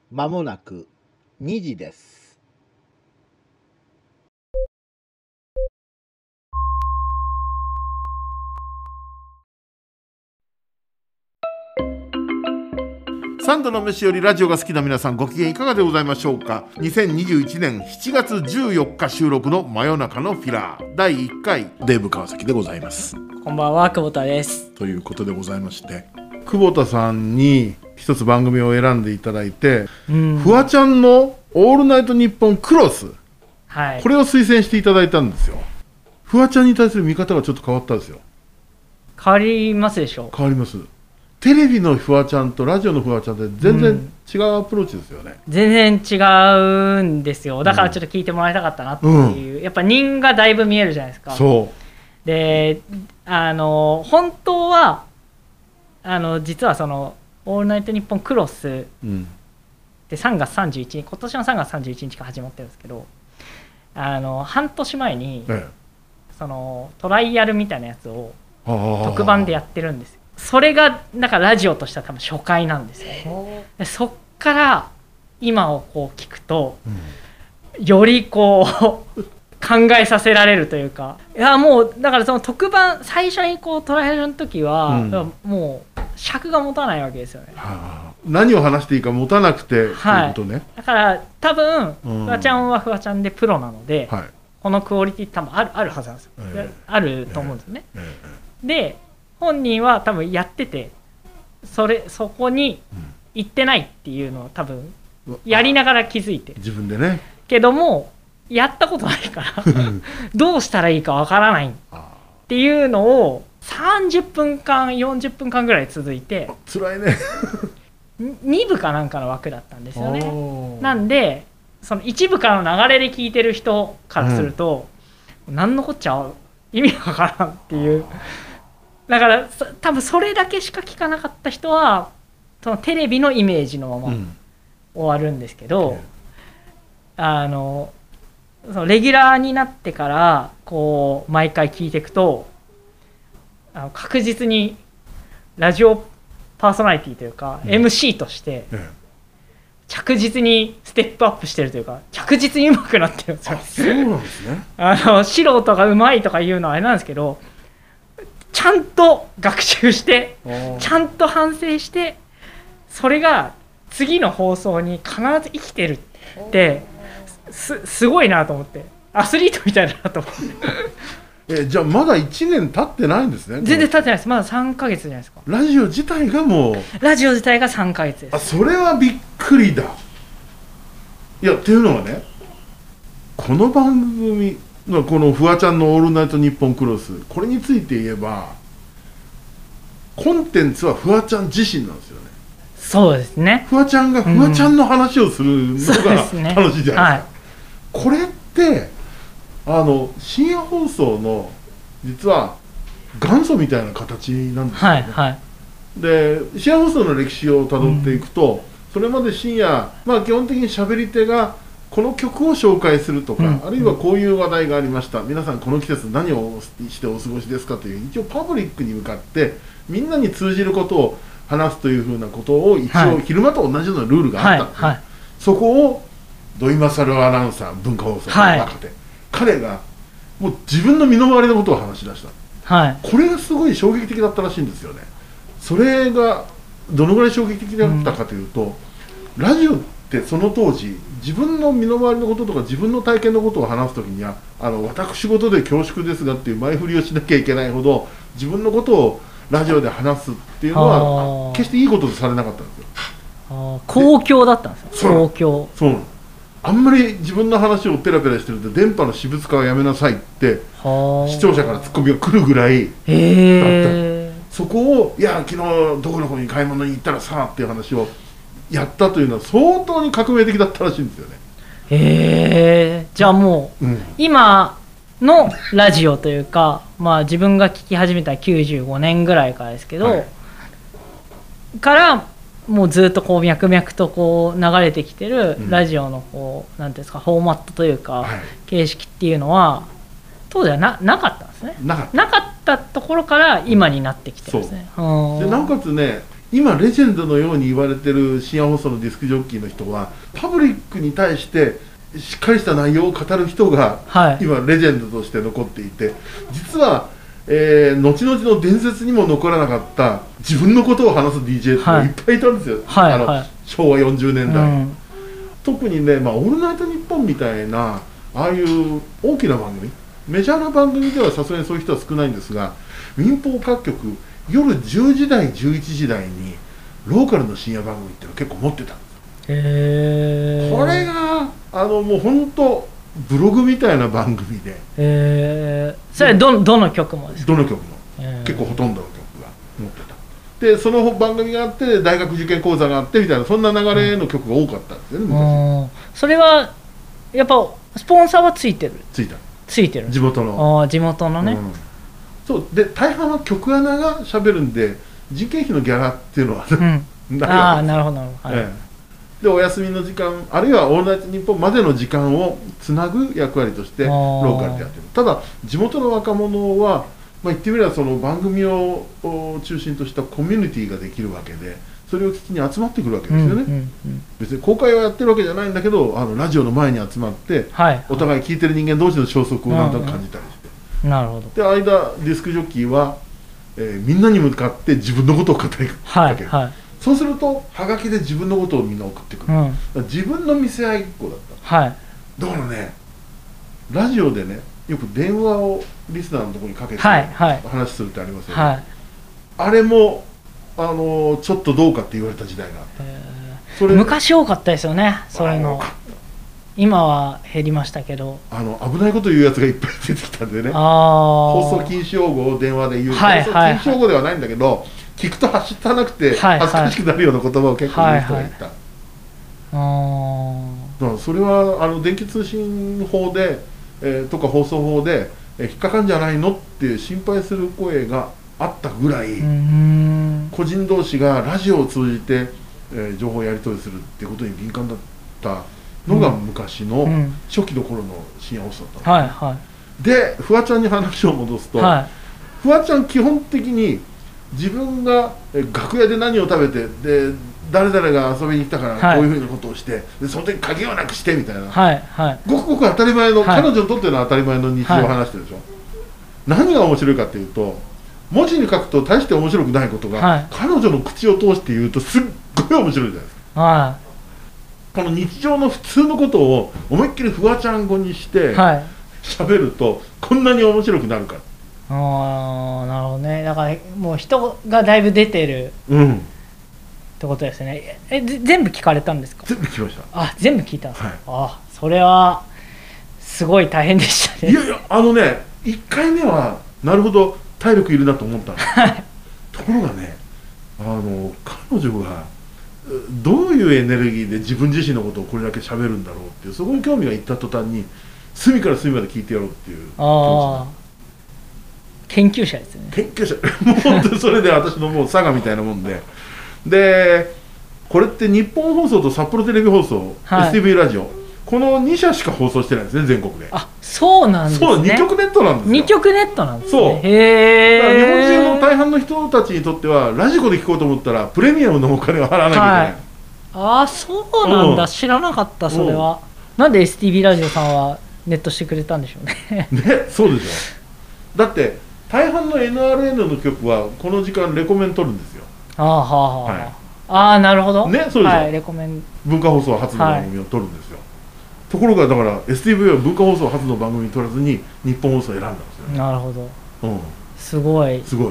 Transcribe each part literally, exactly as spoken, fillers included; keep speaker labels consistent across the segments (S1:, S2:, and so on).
S1: まもなくにじです。
S2: 三度の飯よりラジオが好きな皆さん、ご機嫌いかがでございましょうか。にせんにじゅういちねんしちがつじゅうよっか収録の真夜中のフィラーだいいっかい、デーブ川崎でございます。
S3: こんばんは、久保田です。
S2: ということでございまして、久保田さんに一つ番組を選んでいただいて、うん、フワちゃんのオールナイトニッポンクロス、はい、これを推薦していただいたんですよ。フワちゃんに対する見方がちょっと変わったんですよ。
S3: 変わりますでしょう。
S2: 変わります。テレビのフワちゃんとラジオのフワちゃんって全然違うアプローチですよね、
S3: うん、全然違うんですよ。だからちょっと聞いてもらいたかったなっていう、うん、やっぱ人がだいぶ見えるじゃないですか。そうで、あの本当はあの実はそのオールナイトニッポンクロスってさんがつさんじゅういちにち、今年のさんがつさんじゅういちにちから始まってるんですけど、あの半年前に、ええ、そのトライアルみたいなやつを特番でやってるんですよ。それがだからラジオとしては多分初回なんですよ。でそっから今をこう聞くと、うん、よりこう考えさせられるというか、いやもうだからその特番最初にこうトライアルの時は、うん、もう尺が持たないわけですよね、はあ、
S2: 何を話していいか持たなくて、はい、ということね。
S3: だから多分、うん、フワちゃんはフワちゃんでプロなので、はい、このクオリティ多分ある、あるはずなんですよ、えー、あると思うんですよね、えーえー、で本人は多分やっててそれそこに行ってないっていうのを多分やりながら気づいて、
S2: 自分でね、
S3: けどもやったことないからどうしたらいいかわからないっていうのをさんじゅっぷんかんよんじゅっぷんかんぐらい続いて、
S2: 辛いね
S3: にぶかなんかの枠だったんですよね。なんでその一部からの流れで聞いてる人からすると、うん、何のこっちゃ意味わからんっていう、だから多分それだけしか聞かなかった人はそのテレビのイメージのまま終わるんですけど、うん、あのそのレギュラーになってからこう毎回聞いていくと、あの確実にラジオパーソナリティというか、うん、エムシー として着実にステップアップしてるというか、着実に上手くなってるんですよ。
S2: あ、そうなんですね。
S3: あの素人が上手いとか言うのはあれなんですけど、ちゃんと学習してちゃんと反省して、それが次の放送に必ず生きてるって す, すごいなと思って、アスリートみたいだなと思って
S2: えじゃあまだいちねん経ってないんですね。
S3: 全然経ってないです。まださんかげつじゃないですか。
S2: ラジオ自体がもう
S3: ラジオ自体がさんかげつです。
S2: あ、それはびっくりだ。いやっていうのはね、この番組のこのフワちゃんのオールナイトニッポンクロス、これについて言えばコンテンツはフワちゃん自身なんですよね。
S3: そうですね。
S2: フワちゃんがフワちゃんの話をするのが楽しいじゃないですか、はい、これってあの深夜放送の実は元祖みたいな形なんですよね、はいはい、で深夜放送の歴史をたどっていくと、うん、それまで深夜、まあ、基本的に喋り手がこの曲を紹介するとか、うん、あるいはこういう話題がありました、皆さんこの季節何をしてお過ごしですかという、一応パブリックに向かってみんなに通じることを話すというふうなことを一応昼間と同じようなルールがあったんです、はいはい、そこを土井勝アナウンサー、文化放送の若手、はい、彼がもう自分の身の回りのことを話し出した、はい、これがすごい衝撃的だったらしいんですよね。それがどのぐらい衝撃的だったかというと、うん、ラジオってその当時自分の身の回りのこととか自分の体験のことを話すときには、あの私事で恐縮ですがっていう前振りをしなきゃいけないほど自分のことをラジオで話すっていうのは決していいこととされなかったんですよ。
S3: あ、公共だったんですよ。公共。
S2: そうなの。あんまり自分の話をペラペラしてると電波の私物化はやめなさいって視聴者からツッコミが来るぐらいだった。そこをいや昨日どこの方に買い物に行ったらさっていう話をやったというのは相当に革命的だったらしいんですよね。
S3: へー、じゃあもう、うん、今のラジオというか、まあ、自分が聞き始めたきゅうじゅうごねんぐらいからですけど、はい、からもうずっとこう脈々とこう流れてきてるラジオのこう、うん、なんていうんですか、フォーマットというか、はい、形式っていうのは当時は な, なかったんですね。なかったなかったところから今になってきてるんですね。
S2: そうでなおかつね、 今レジェンドのように言われてる深夜放送のディスクジョッキーの人はパブリックに対してしっかりした内容を語る人が、はい、今レジェンドとして残っていて、実は、えー、後々の伝説にも残らなかった自分のことを話す ディージェー ってのがいっぱいいたんですよ、はい、あの、はい、しょうわよんじゅうねんだい、うん、特にね、まあ、オールナイトニッポンみたいなああいう大きな番組、メジャーな番組ではさすがにそういう人は少ないんですが、民放各局夜じゅうじ台じゅういちじ台にローカルの深夜番組っていうのを結構持ってたんです。
S3: へー。
S2: これがあのもう本当ブログみたいな番組で、
S3: へー。それどどの局もですか？
S2: どの局も結構ほとんどの局が持ってた。でその番組があって大学受験講座があってみたいな、そんな流れの曲が多かったんですよね、
S3: 昔。それはやっぱスポンサーはついてる？ついたついてる、
S2: 地元の。
S3: あ、地元のね、うん、
S2: そうで大半は曲アナがしゃべるんで人件費のギャラっていうのは、
S3: うん、ああ、なるほどなるほど、はい、
S2: ええ、でお休みの時間あるいはオールナイトニッポンまでの時間をつなぐ役割としてローカルでやってる。ただ地元の若者は、まあ、言ってみればその番組を中心としたコミュニティができるわけで、それを聞きに集まってくるわけですよね、うんうんうん、別に公開をやってるわけじゃないんだけど、あのラジオの前に集まって、はい、お互い聞いてる人間同士の消息をなんとなく感じたりして、
S3: うんうん、なるほど。
S2: で間ディスクジョッキーは、えー、みんなに向かって自分のことを語りかける、はいはい、そうするとはがきで自分のことをみんな送ってくる、うん、自分の見せ合いっ子だった、はい、だからねラジオでねよく電話をリスナーのところにかけて、はいはい、話するってありますよね、はい、あれもあのちょっとどうかって言われた時代があった。
S3: それ昔多かったですよね、そういうの。今は減りましたけど、
S2: あの危ないこと言うやつがいっぱい出てきたんでね、放送禁止用語を電話で言う、はいはいはい、放送禁止用語ではないんだけど、聞くと走ったなくて恥ずかしくなるような言葉を結構言う人がいた、はいはい、だからそれはあの電気通信法で、えー、とか放送法で、えー、引っかかんじゃないのって心配する声があったぐらい、うん、個人同士がラジオを通じて、えー、情報をやり取りするっていうことに敏感だったのが昔の初期の頃の深夜放送だった、うんはいはい、でフワちゃんに話を戻すと、はい、フワちゃん基本的に自分が楽屋で何を食べてで誰々が遊びに来たからこういうふうなことをして、はい、でその時鍵をなくしてみたいな、はいはい、ごくごく当たり前の、はい、彼女にとっての当たり前の日常を話してるでしょ、はい、何が面白いかっていうと文字に書くと大して面白くないことが、はい、彼女の口を通して言うとすっごい面白いじゃないですか、はい、この日常の普通のことを思いっきりフワちゃん語にして喋、はい、るとこんなに面白くなるか。
S3: ああ、なるほどね。だからもう人がだいぶ出てる、うん、ってことですね。え全部聞かれたんですか？
S2: 全部聞きました。
S3: あ、全部聞いたんですか、はい、あ、それはすごい大変でしたね。
S2: いやいや、あのねいっかいめはなるほど体力いるなと思ったのところがね、あの彼女がどういうエネルギーで自分自身のことをこれだけ喋るんだろうっていう、そこに興味がいった途端に隅から隅まで聞いてやろうっていう気持ち。
S3: 研究者ですよね。
S2: 研究者もう本当にそれで私のもう佐賀みたいなもんででこれって日本放送と札幌テレビ放送、はい、エスティーブイ ラジオこのに社しか放送してないんですね、全国で。
S3: あ、そうなんですね。
S2: そう、に局ネットなんですよ。
S3: に局ネットなんですね。
S2: そう。へー。だから日本中の大半の人たちにとってはラジコで聞こうと思ったらプレミアムのお金を払わなきゃいけない、はい、
S3: ああ、そうなんだ、うん、知らなかったそれは、うん、なんで エスティーブイ ラジオさんはネットしてくれたんでしょうね。
S2: ね、そうでしょ。だって大半の エヌアールエヌ の局はこの時間レコメン取るんですよ。
S3: ああ、はあ、はあ、はい、ああ、なるほど
S2: ね、そうでしょ、
S3: はい、レコメン
S2: 文化放送初の番組を取るんですよ、はい、ところがだから エスティーブイ は文化放送初の番組取らずに日本放送を選んだんですよね。
S3: なるほど、
S2: うん、
S3: すごい
S2: すごい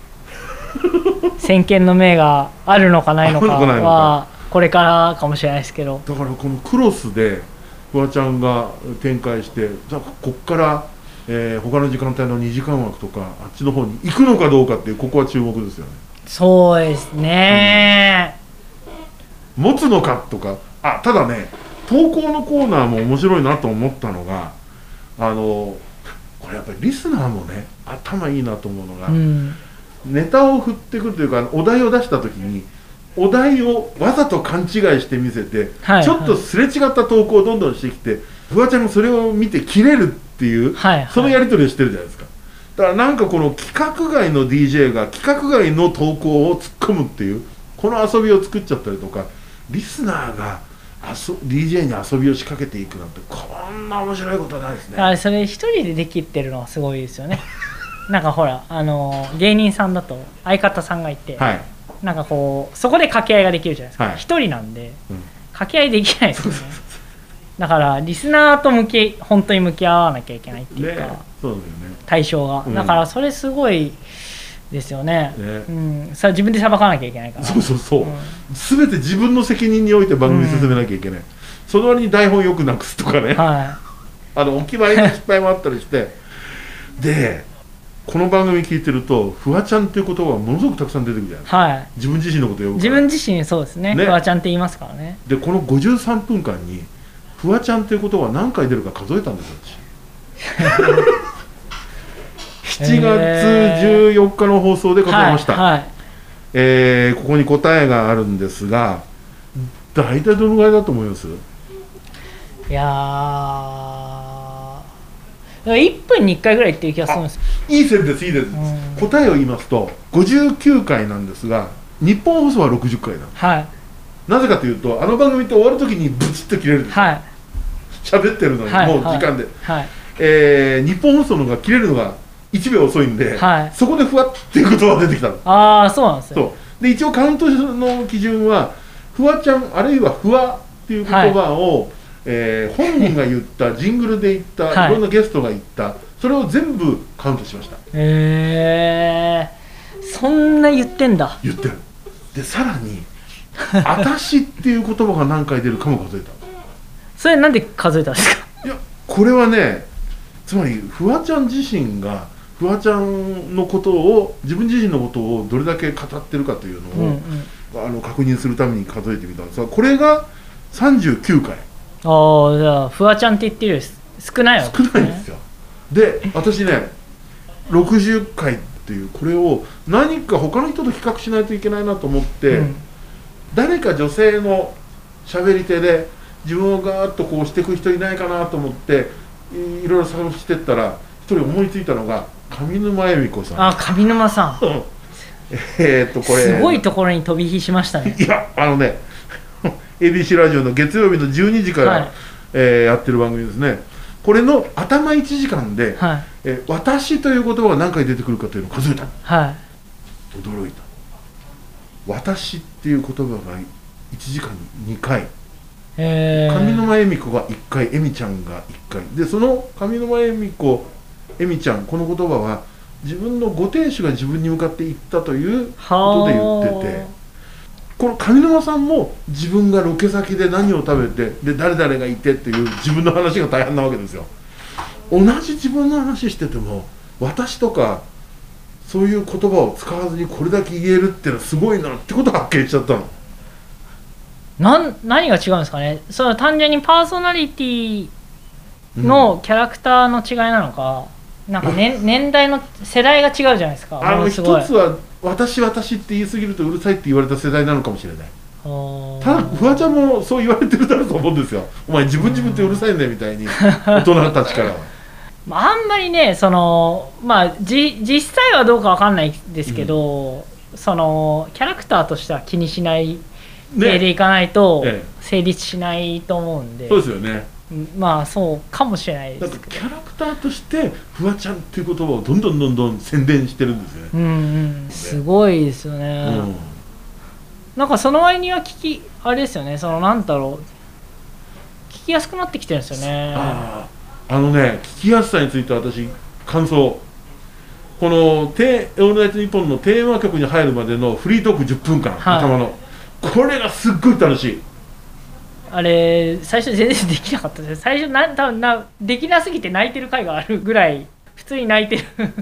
S3: 先見の明があるのかないのかはこれからかもしれないですけど、
S2: だからこのクロスでフワちゃんが展開してじゃあこっからえー、他の時間帯のにじかん枠とかあっちの方に行くのかどうかっていうここは注目ですよね。
S3: そうですね、
S2: うん、持つのかとか。あ、ただね投稿のコーナーも面白いなと思ったのがあのこれやっぱりリスナーもね頭いいなと思うのが、うん、ネタを振ってくるというかお題を出した時にお題をわざと勘違いして見せて、はい、ちょっとすれ違った投稿をどんどんしてきてフワちゃんがそれを見てキレるっていう、はいはい、そのやり取りをしてるじゃないですか。だからなんかこの規格外の ディージェー が規格外の投稿を突っ込むっていうこの遊びを作っちゃったりとか、リスナーが遊 ディージェー に遊びを仕掛けていくなんてこんな面白いことはないですね。
S3: あ、それ一人でできてるのはすごいですよね。なんかほらあの芸人さんだと相方さんがいて、はい、なんかこうそこで掛け合いができるじゃないですか。一、はい、人なんで、うん、掛け合いできないですよね。だからリスナーと向き本当に向き合わなきゃいけないっていうか、ね、そうだよね、対象が、うん、だからそれすごいですよね。ね、うん、さ自分でさばかなきゃいけないから。
S2: そうそうそう、うん、全て自分の責任において番組進めなきゃいけない、うん、その割に台本よくなくすとかね、はい、あのお決まりの失敗もあったりしてでこの番組聞いてるとフワちゃんっていう言葉がものすごくたくさん出てくるじゃないですか、はい、自分自身のことを呼ぶから。
S3: 自分自身そうですね、ね、フワちゃんって言いますからね。
S2: でこのごじゅうさんぷんかんにフワちゃんっていう言葉は何回出るか数えたんですよ私しちがつじゅうよっかの放送で数えました、はいはい、えー、ここに答えがあるんですが大体どのぐらいだと思います？
S3: いやーいっぷんにいっかいぐらいっていう気がするんです。
S2: いい線ですいいです、うん、答えを言いますとごじゅうきゅうかいなんですが日本放送はろくじゅっかいなんです、はい、なぜかというとあの番組って終わるときにブチッと切れるんですよ、はい、喋ってるのに、はい、もう時間で、はい、えー、日本放送のが切れるのがいちびょう遅いんで、はい、そこでふわっていう言葉が出てきたの。
S3: ああそうなんですよ。
S2: そうで一応カウントの基準はフワちゃんあるいはふわっていう言葉を、はい、えー、本人が言ったジングルで言った、はい、いろんなゲストが言ったそれを全部カウントしました。
S3: へえー、そんな言ってんだ。
S2: 言ってる。でさらにあたしっていう言葉が何回出るかも数えた。
S3: それなんで数えたんですか？
S2: いやこれはねつまりフワちゃん自身がフワちゃんのことを自分自身のことをどれだけ語ってるかというのを、うんうん、あの確認するために数えてみたんですがこれがさんじゅうきゅうかい。
S3: ああじゃあフワちゃんって言ってるより少ないわけですね。
S2: 少ないんですよ。で私ねろくじゅっかいっていうこれを何か他の人と比較しないといけないなと思って、うん、誰か女性の喋り手で自分をガーッとこうしていく人いないかなと思っていろいろ探してったら一人思いついたのが上沼恵美子さん。
S3: あ上沼さん
S2: えっとこれ
S3: すごいところに飛び火しましたね。
S2: いやあのねエービーシー ラジオの月曜日のじゅうにじから、はい、えー、やってる番組ですね。これの頭いちじかんで、はい、えー、私という言葉が何回出てくるかというのを数えた、はい、驚いた。私っていう言葉がいちじかんににかい、上沼恵美子がいっかい、恵美ちゃんがいっかいでその上沼恵美子、恵美ちゃんこの言葉は自分のご亭主が自分に向かって言ったということで言っててこの上沼さんも自分がロケ先で何を食べてで誰々がいてっていう自分の話が大変なわけですよ。同じ自分の話してても私とかそういう言葉を使わずにこれだけ言えるっていうのはすごいなってことを発見しちゃったの。
S3: なん何が違うんですかね。その単純にパーソナリティのキャラクターの違いなのか、うん、なんか、ね、年代の世代が違うじゃないですか。
S2: あの一つは私私って言い過ぎるとうるさいって言われた世代なのかもしれない。ただフワちゃんもそう言われてるだろうと思うんですよ。お前自分自分ってうるさいんだよみたいに大人たちからは
S3: あんまりねそのまあじ実際はどうかわかんないですけど、うん、そのキャラクターとしては気にしない例でいかないと成立しないと思うんで、
S2: ね、そうですよね。
S3: まあそうかもしれないですけど、
S2: だってキャラクターとしてフワちゃんっていう言葉をどんどんどんどん宣伝してるんですよね。うん、うん、
S3: すごいですよね、うん、なんかその割には聞きあれですよね、そのなんだろう聞きやすくなってきてるんですよね。
S2: ああのね聞きやすさについて私感想この「オールナイトニッポン」のテーマ曲に入るまでのフリートークじゅっぷんかん、はい、頭のこれがすっごい楽しい。
S3: あれ最初全然できなかったです。最初な多分なできなすぎて泣いてる回があるぐらい普通に泣いてる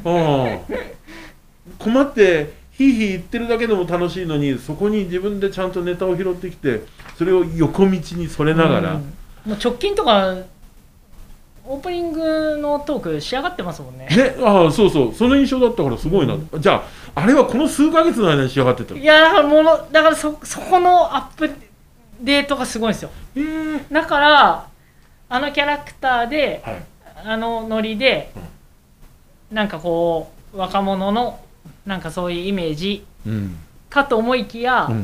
S2: 困ってヒーヒー言ってるだけでも楽しいのにそこに自分でちゃんとネタを拾ってきてそれを横道にそれながら、うん、も
S3: う直近とかオープニングのトーク仕上がってますもんね。
S2: ね、ああそうそうその印象だったからすごいな、うん、じゃああれはこの数ヶ月の間に仕上がってた。
S3: いやだからもうだからそそこのアップデートがすごいんですよ。えー、だからあのキャラクターで、はい、あのノリで、うん、なんかこう若者のなんかそういうイメージかと思いきや、うん、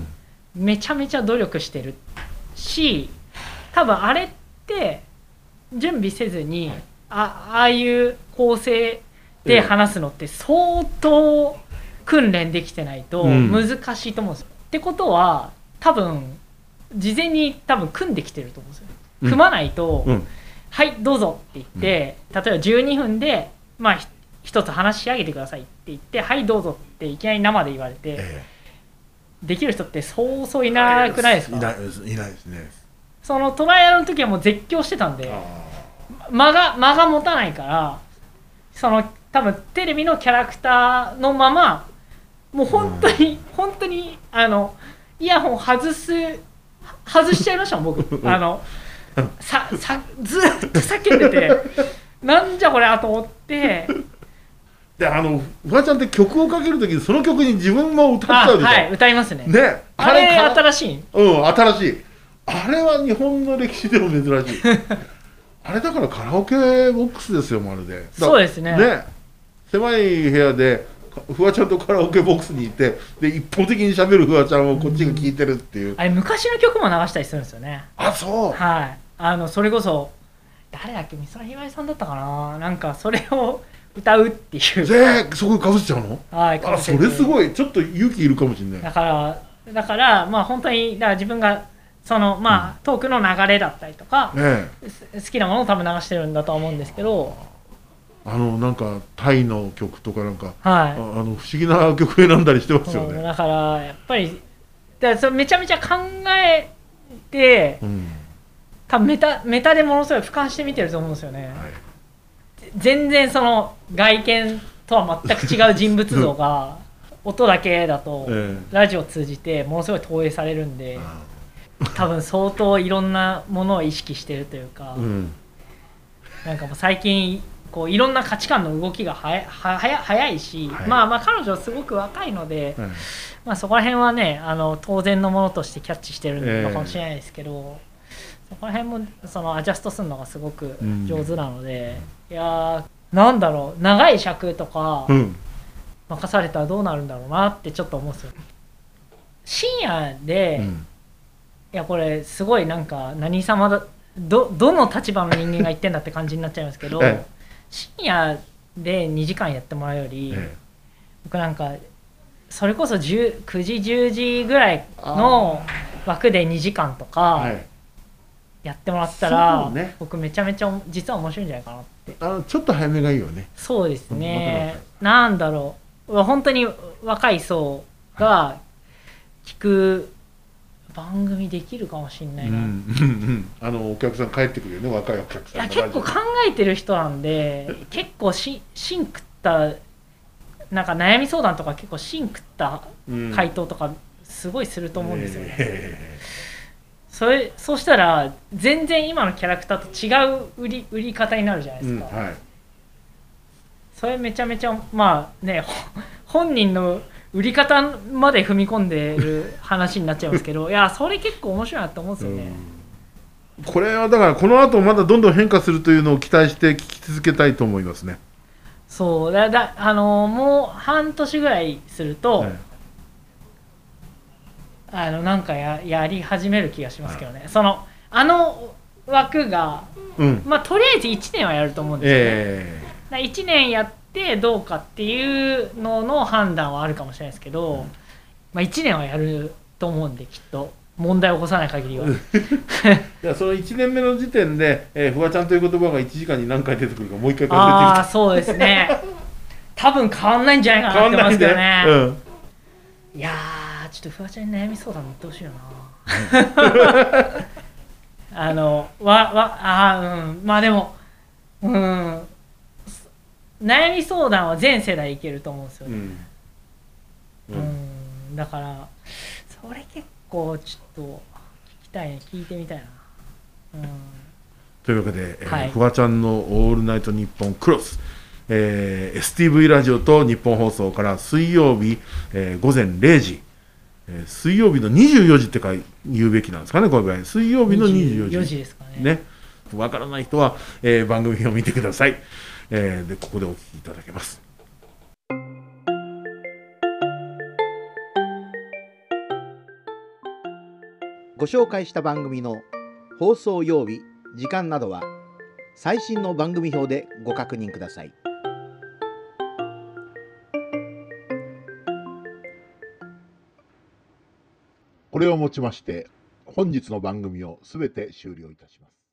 S3: めちゃめちゃ努力してるし、多分あれって準備せずにあ, ああいう構成で話すのって相当訓練できてないと難しいと思うんですよ、うん、ってことは多分事前に多分組んできてると思うんですよ、うん、組まないと、うん、はいどうぞって言って、うん、例えばじゅうにふんでまあ一つ話し上げてくださいって言ってはいどうぞっていきなり生で言われて、えー、できる人ってそうそういなくないですか？
S2: いないです、いないですね。
S3: そのトライアルの時はもう絶叫してたんで間が間が持たないから、その多分テレビのキャラクターのままもう本当に、うん、本当にあのイヤホン外す外しちゃいましたもん僕あのささずっと叫んでてなんじゃこれと思って。
S2: であのフワちゃんって曲をかけるときにその曲に自分も歌っちゃうでしょ。
S3: はい、歌いますね。
S2: ね、
S3: あれ新しい。
S2: うん、新しい。あれは日本の歴史でも珍しい。あれだからカラオケボックスですよ、まるで。
S3: そうですね。
S2: ね、狭い部屋でフワちゃんとカラオケボックスにいて、で一方的に喋るフワちゃんをこっちが聴いてるっていう。
S3: うん、あれ昔の曲も流したりするんですよね。
S2: あ、そう。
S3: はい。あのそれこそ誰だっけ、美空ひばりさんだったかな、なんかそれを歌うっていう。
S2: えー、そこかぶっちゃうの？
S3: はい。
S2: あ、それすごい。ちょっと勇気いるかもしれない。
S3: だからだからまあ本当にだから自分がそのまあ、うん、トークの流れだったりとか、ね、好きなものを多分流してるんだとは思うんですけど、
S2: あのなんかタイの曲とかなんか、
S3: はい、
S2: あの不思議な曲選んだりしてますよね。
S3: だからやっぱりだからそれめちゃめちゃ考えて、うん、多分メタメタでものすごい俯瞰して見てると思うんですよね。はい、全然その外見とは全く違う人物像が音だけだとラジオを通じてものすごい投影されるんで、多分相当いろんなものを意識してるというか、うん、なんかもう最近こういろんな価値観の動きがはやはや早いし、はい、まあまあ彼女はすごく若いので、はい、まあそこら辺はねあの当然のものとしてキャッチしてるのかもしれないですけど、えー、そこら辺もそのアジャストするのがすごく上手なので、うん、いやなんだろう長い尺とか任されたらどうなるんだろうなってちょっと思うんですよ。深夜で、うんいやこれすごいなんか何様だ ど, どの立場の人間が言ってんだって感じになっちゃいますけど、ええ、深夜でにじかんやってもらうより、ええ、僕なんかそれこそくじじゅうじぐらいの枠でにじかんとかやってもらったら、ね、僕めちゃめちゃ実は面白いんじゃないかなって。
S2: あのちょっと早めがいいよね。
S3: そうですね、うん、なんだろう本当に若い層が聞く番組できるかもしれないな、うんうんうん、
S2: あのお客さん帰ってくるよね、若いお客さん。
S3: いや結構考えてる人なんで結構し芯食ったなんか悩み相談とか結構芯食った回答とかすごいすると思うんですよね、うんえー、それそうしたら全然今のキャラクターと違う売り、売り方になるじゃないですか、うんはい、それめちゃめちゃまあね本人の売り方まで踏み込んでる話になっちゃいますけどいやそれ結構面白いなって思うんですよね。
S2: これはだからこの後まだどんどん変化するというのを期待して聞き続けたいと思いますね。
S3: そうだだあのもう半年ぐらいすると、はい、あのなんか や, やり始める気がしますけどね、はい、そのあの枠が、うんまあ、とりあえずいちねんはやると思うんですよね、えー、だいちねんやってどうかっていうのの判断はあるかもしれないですけど、うんまあ、いちねんはやると思うんできっと問題を起こさない限りは
S2: いやそのいちねんめの時点で、えー、フワちゃんという言葉がいちじかんに何回出てくるかもう一回数えてみて。
S3: ああそうですね多分変わんないんじゃないかなって思いますけどね、うん、いやーちょっとフワちゃんに悩み相談乗ってほしいよなあのわわあうんまあでもうん悩み相談は全世代いけると思うんですよね、うんうん、だからそれ結構ちょっと聞きたいね聞いてみたいな、うん、
S2: というわけで、はいえー、フワちゃんのオールナイトニッポンクロス、えー、エスティーブイ ラジオと日本放送から水曜日、えー、午前れいじ、えー、水曜日のにじゅうよじってか言うべきなんですかねこれ水曜日のにじゅうよじ、
S3: にじゅうよじですかね。
S2: ねわからない人は、えー、番組を見てください。えー、でここでお聞きいただけます。
S1: ご紹介した番組の放送曜日、時間などは最新の番組表でご確認ください。
S2: これをもちまして本日の番組をすべて終了いたします。